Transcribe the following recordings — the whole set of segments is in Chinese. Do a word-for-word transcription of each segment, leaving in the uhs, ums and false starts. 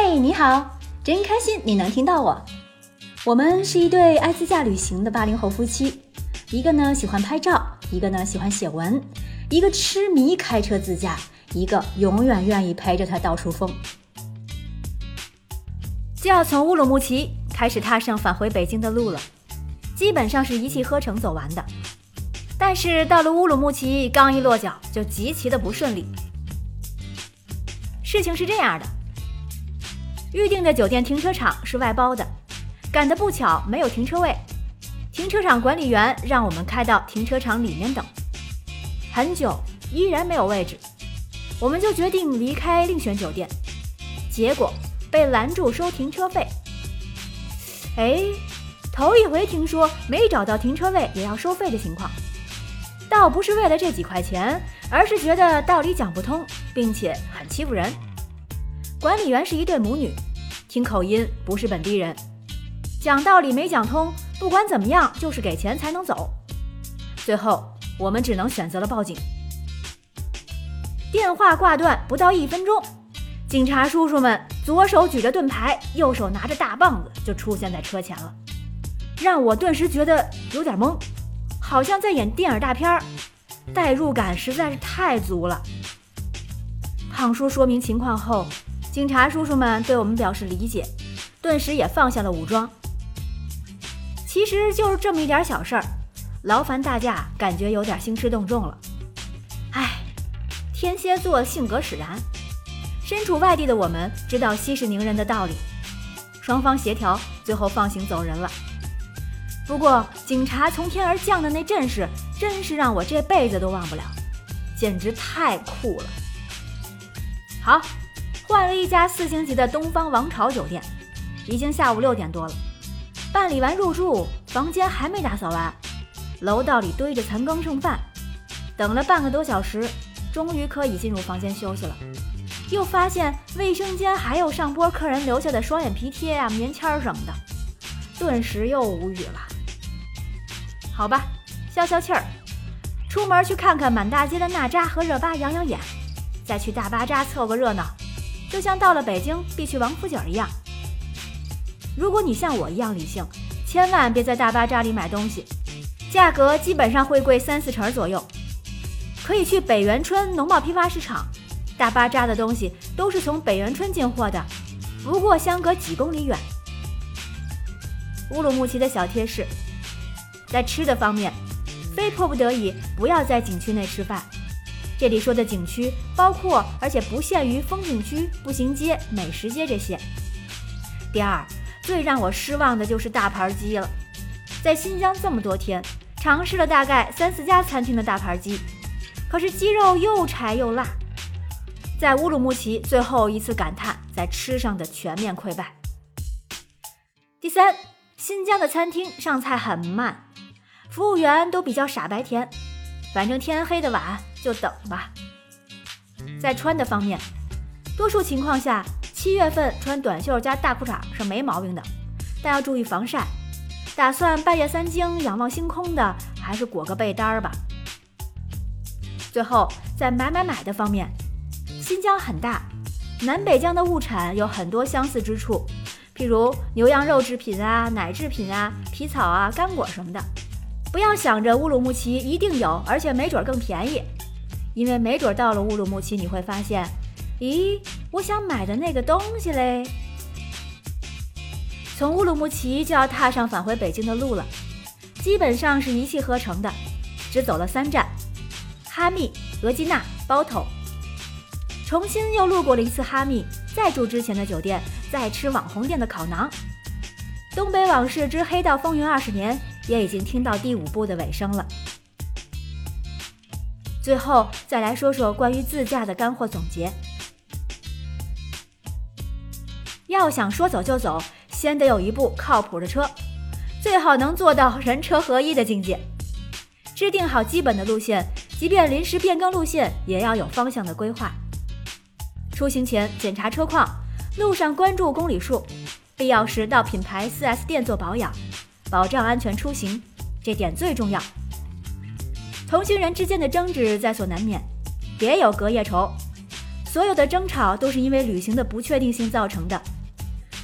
嘿，你好，真开心你能听到我。我们是一对爱自驾旅行的八零后夫妻，一个呢喜欢拍照，一个呢喜欢写文，一个痴迷开车自驾，一个永远愿意陪着他到处疯。就要从乌鲁木齐开始踏上返回北京的路了，基本上是一气呵成走完的。但是到了乌鲁木齐，刚一落脚就极其的不顺利。事情是这样的，预定的酒店停车场是外包的，赶得不巧没有停车位，停车场管理员让我们开到停车场里面等，很久依然没有位置，我们就决定离开另选酒店，结果被拦住收停车费。哎，头一回听说没找到停车位也要收费的情况，倒不是为了这几块钱，而是觉得道理讲不通，并且很欺负人。管理员是一对母女，听口音不是本地人，讲道理没讲通，不管怎么样就是给钱才能走。最后我们只能选择了报警。电话挂断不到一分钟，警察叔叔们左手举着盾牌，右手拿着大棒子就出现在车前了，让我顿时觉得有点懵，好像在演电影大片，代入感实在是太足了。胖叔说明情况后，警察叔叔们对我们表示理解，顿时也放下了武装。其实就是这么一点小事儿，劳烦大家感觉有点兴师动众了。唉，天蝎座性格使然，身处外地的我们知道息事宁人的道理，双方协调，最后放行走人了。不过警察从天而降的那阵势真是让我这辈子都忘不了，简直太酷了。好，换了一家四星级的东方王朝酒店，已经下午六点多了，办理完入住，房间还没打扫完，楼道里堆着残羹剩饭，等了半个多小时，终于可以进入房间休息了。又发现卫生间还有上波客人留下的双眼皮贴啊、棉签什么的，顿时又无语了。好吧，消消气儿，出门去看看满大街的娜扎和热巴养养眼，再去大巴扎凑个热闹，就像到了北京必去王府井一样。如果你像我一样理性，千万别在大巴扎里买东西，价格基本上会贵三四成左右。可以去北园春农贸批发市场，大巴扎的东西都是从北园春进货的，不过相隔几公里远。乌鲁木齐的小贴士，在吃的方面，非迫不得已不要在景区内吃饭。这里说的景区包括而且不限于风景区、步行街、美食街这些。第二，最让我失望的就是大盘鸡了。在新疆这么多天，尝试了大概三四家餐厅的大盘鸡，可是鸡肉又柴又辣。在乌鲁木齐最后一次感叹在吃上的全面溃败。第三，新疆的餐厅上菜很慢，服务员都比较傻白甜，反正天黑的晚就等吧。在穿的方面，多数情况下七月份穿短袖加大裤衩是没毛病的，但要注意防晒。打算半夜三更仰望星空的，还是裹个被单吧。最后在买买买的方面，新疆很大，南北疆的物产有很多相似之处，譬如牛羊肉制品啊、奶制品啊、皮草啊、干果什么的。不要想着乌鲁木齐一定有，而且没准更便宜，因为没准到了乌鲁木齐你会发现，咦，我想买的那个东西嘞。从乌鲁木齐就要踏上返回北京的路了，基本上是一气呵成的，只走了三站：哈密、额济纳、包头。重新又路过了一次哈密，再住之前的酒店，再吃网红店的烤馕。东北往事之黑道风云二十年也已经听到第五部的尾声了。最后再来说说关于自驾的干货总结。要想说走就走，先得有一部靠谱的车，最好能做到人车合一的境界。制定好基本的路线，即便临时变更路线，也要有方向的规划。出行前检查车况，路上关注公里数，必要时到品牌 四 S 店做保养，保障安全出行，这点最重要。同行人之间的争执在所难免，别有隔夜仇。所有的争吵都是因为旅行的不确定性造成的，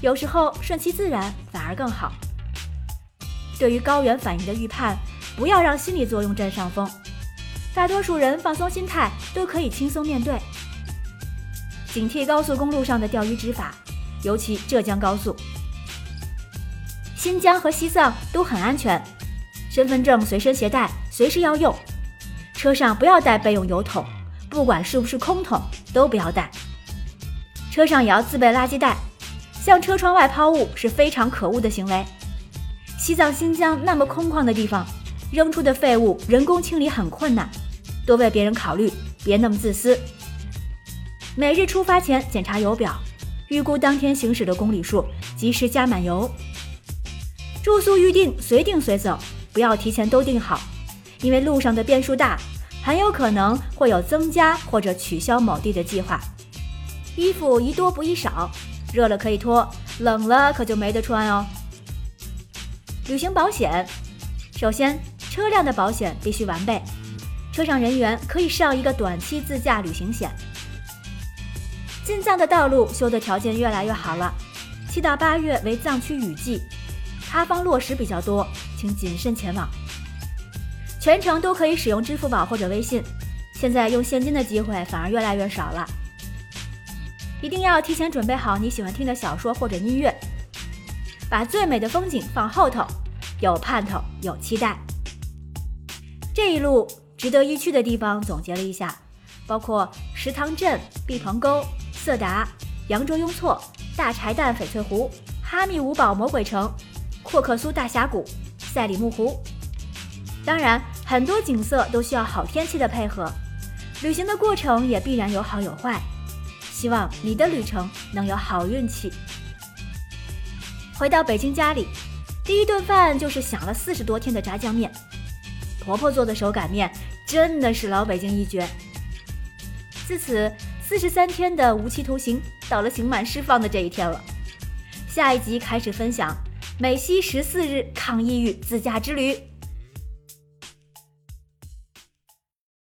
有时候顺其自然反而更好。对于高原反应的预判，不要让心理作用占上风，大多数人放松心态都可以轻松面对。警惕高速公路上的钓鱼执法，尤其浙江高速。新疆和西藏都很安全，身份证随身携带，随时要用。车上不要带备用油桶，不管是不是空桶都不要带。车上也要自备垃圾袋，向车窗外抛物是非常可恶的行为。西藏、新疆那么空旷的地方，扔出的废物人工清理很困难，多为别人考虑，别那么自私。每日出发前检查油表，预估当天行驶的公里数，及时加满油。住宿预定随订随走，不要提前都订好，因为路上的变数大，很有可能会有增加或者取消某地的计划。衣服宜多不宜少，热了可以脱，冷了可就没得穿哦。旅行保险，首先车辆的保险必须完备，车上人员可以上一个短期自驾旅行险。进藏的道路修的条件越来越好了，七到八月为藏区雨季，塌方落石比较多，请谨慎前往。全程都可以使用支付宝或者微信，现在用现金的机会反而越来越少了。一定要提前准备好你喜欢听的小说或者音乐，把最美的风景放后头，有盼头，有期待。这一路值得一去的地方总结了一下，包括石塘镇、毕棚沟、色达、扬州雍措、大柴旦翡翠湖、哈密五堡魔鬼城、阔克苏大峡谷、赛里木湖。当然，很多景色都需要好天气的配合，旅行的过程也必然有好有坏。希望你的旅程能有好运气。回到北京家里，第一顿饭就是想了四十多天的炸酱面，婆婆做的手擀面真的是老北京一绝。自此，四十三天的无期徒刑到了刑满释放的这一天了。下一集开始分享美西十四日抗抑郁自驾之旅。